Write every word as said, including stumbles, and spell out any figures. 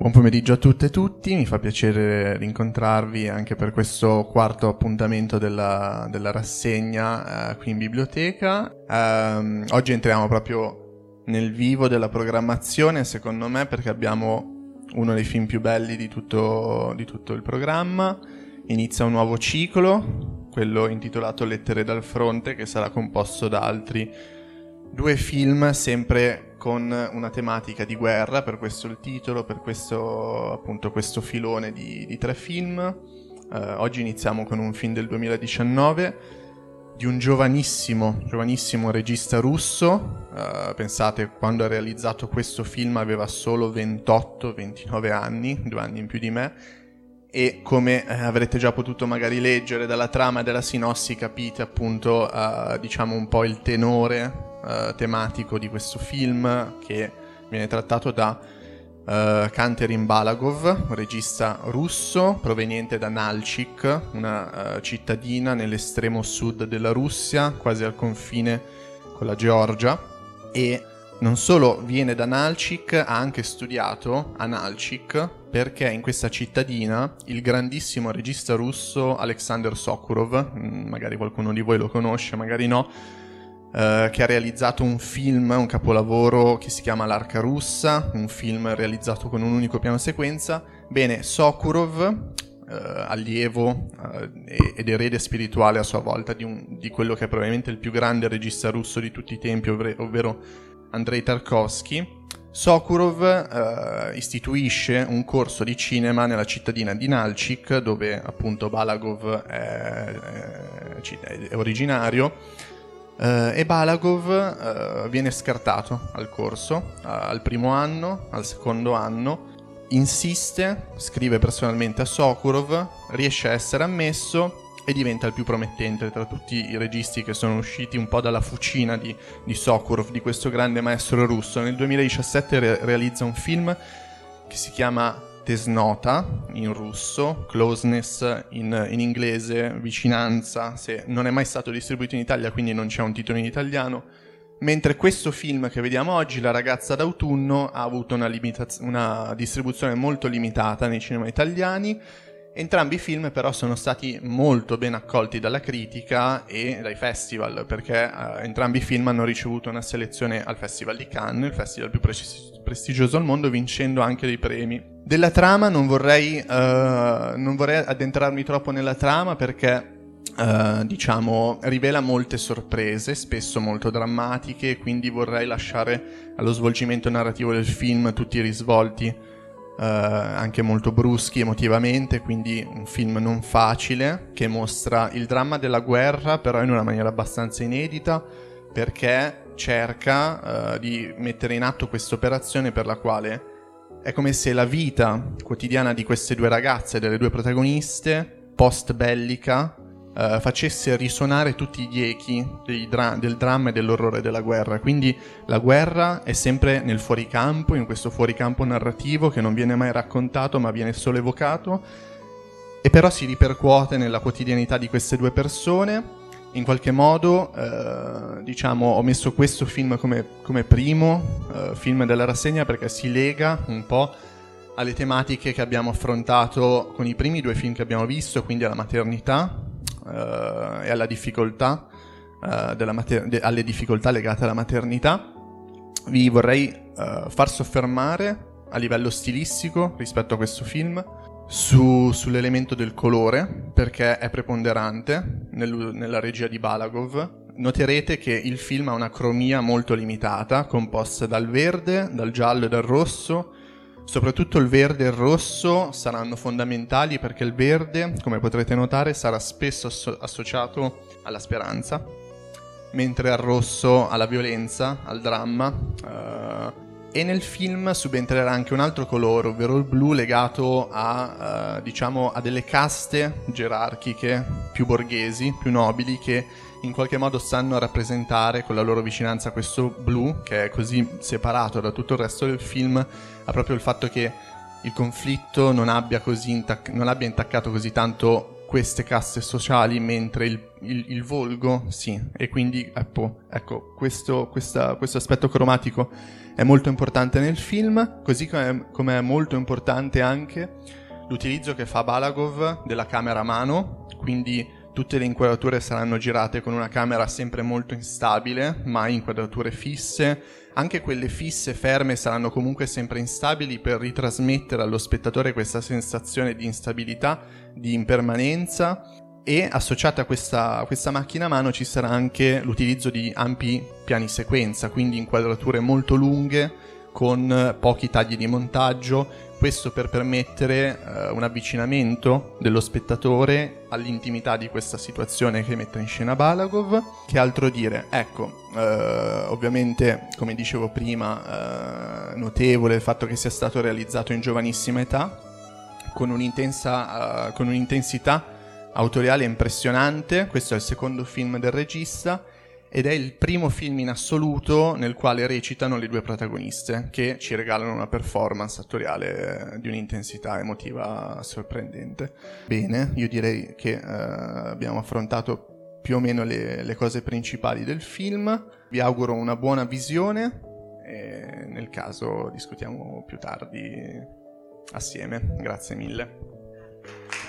Buon pomeriggio a tutte e tutti, mi fa piacere rincontrarvi anche per questo quarto appuntamento della, della rassegna eh, qui in biblioteca. Um, oggi entriamo proprio nel vivo della programmazione, secondo me, perché abbiamo uno dei film più belli di tutto, di tutto il programma. Inizia un nuovo ciclo, quello intitolato Lettere dal fronte, che sarà composto da altri due film, sempre con una tematica di guerra, per questo il titolo, per questo appunto questo filone di, di tre film. Uh, oggi iniziamo con un film del duemiladiciannove di un giovanissimo, giovanissimo regista russo. Uh, pensate, quando ha realizzato questo film aveva solo ventotto ventinove anni, due anni in più di me, e come eh, avrete già potuto magari leggere dalla trama e dalla sinossi, capite appunto uh, diciamo un po' il tenore Uh, tematico di questo film, che viene trattato da uh, Kanterin Balagov, un regista russo proveniente da Nalchik, una uh, cittadina nell'estremo sud della Russia, quasi al confine con la Georgia. E non solo viene da Nalchik, ha anche studiato a Nalchik, perché in questa cittadina il grandissimo regista russo Alexander Sokurov, magari qualcuno di voi lo conosce, magari no, Uh, che ha realizzato un film, un capolavoro che si chiama L'Arca Russa, un film realizzato con un unico piano sequenza. Bene, Sokurov, uh, allievo uh, ed erede spirituale a sua volta di, un, di quello che è probabilmente il più grande regista russo di tutti i tempi, ovvero, ovvero Andrei Tarkovsky, Sokurov uh, istituisce un corso di cinema nella cittadina di Nalchik, dove appunto Balagov è, è, è originario. Uh, e Balagov uh, viene scartato al corso, uh, al primo anno, al secondo anno, insiste, scrive personalmente a Sokurov, riesce a essere ammesso e diventa il più promettente tra tutti i registi che sono usciti un po' dalla fucina di, di Sokurov, di questo grande maestro russo. Nel duemiladiciassette re- realizza un film che si chiama Tesnota in russo, Closeness in, in inglese, vicinanza, se non è mai stato distribuito in Italia, quindi non c'è un titolo in italiano, mentre questo film che vediamo oggi, La ragazza d'autunno, ha avuto una, limitaz- una distribuzione molto limitata nei cinema italiani. Entrambi i film però sono stati molto ben accolti dalla critica e dai festival, perché eh, entrambi i film hanno ricevuto una selezione al Festival di Cannes, il festival più pre- prestigioso al mondo, vincendo anche dei premi. Della trama non vorrei, uh, non vorrei addentrarmi troppo nella trama, perché uh, diciamo rivela molte sorprese, spesso molto drammatiche, quindi vorrei lasciare allo svolgimento narrativo del film tutti i risvolti Uh, anche molto bruschi emotivamente, quindi un film non facile che mostra il dramma della guerra, però in una maniera abbastanza inedita, perché cerca uh, di mettere in atto questa operazione per la quale è come se la vita quotidiana di queste due ragazze, delle due protagoniste, post bellica, Uh, facesse risuonare tutti gli echi dei dra- del dramma e dell'orrore della guerra. Quindi la guerra è sempre nel fuoricampo, in questo fuoricampo narrativo che non viene mai raccontato ma viene solo evocato, e però si ripercuote nella quotidianità di queste due persone. In qualche modo uh, diciamo ho messo questo film come, come primo uh, film della rassegna, perché si lega un po' alle tematiche che abbiamo affrontato con i primi due film che abbiamo visto, quindi alla maternità Uh, e alla difficoltà uh, della mater- de- alle difficoltà legate alla maternità. Vi vorrei uh, far soffermare a livello stilistico rispetto a questo film su, sull'elemento del colore, perché è preponderante nel, nella regia di Balagov. Noterete che il film ha una cromia molto limitata, composta dal verde, dal giallo e dal rosso. Soprattutto il verde e il rosso saranno fondamentali, perché il verde, come potrete notare, sarà spesso asso- associato alla speranza, mentre al rosso alla violenza, al dramma. Uh, e nel film subentrerà anche un altro colore, ovvero il blu, legato a, uh, diciamo, a delle caste gerarchiche più borghesi, più nobili, che in qualche modo stanno a rappresentare con la loro vicinanza questo blu, che è così separato da tutto il resto del film, ha proprio il fatto che il conflitto non abbia, così intac- non abbia intaccato così tanto queste caste sociali, mentre il, il, il volgo sì, e quindi ecco, ecco questo, questa, questo aspetto cromatico è molto importante nel film, così come, come è molto importante anche l'utilizzo che fa Balagov della camera a mano, quindi tutte le inquadrature saranno girate con una camera sempre molto instabile, mai inquadrature fisse. Anche quelle fisse, ferme, saranno comunque sempre instabili per ritrasmettere allo spettatore questa sensazione di instabilità, di impermanenza. E associata a questa, a questa macchina a mano ci sarà anche l'utilizzo di ampi piani sequenza, quindi inquadrature molto lunghe con pochi tagli di montaggio, questo per permettere eh, un avvicinamento dello spettatore all'intimità di questa situazione che mette in scena Balagov. Che altro dire? Ecco, eh, ovviamente, come dicevo prima, eh, notevole il fatto che sia stato realizzato in giovanissima età, con un'intensa, uh, con un'intensità autoriale impressionante. Questo è il secondo film del regista ed è il primo film in assoluto nel quale recitano le due protagoniste, che ci regalano una performance attoriale di un'intensità emotiva sorprendente. Bene, io direi che uh, abbiamo affrontato più o meno le, le cose principali del film. Vi auguro una buona visione e nel caso discutiamo più tardi assieme. Grazie mille.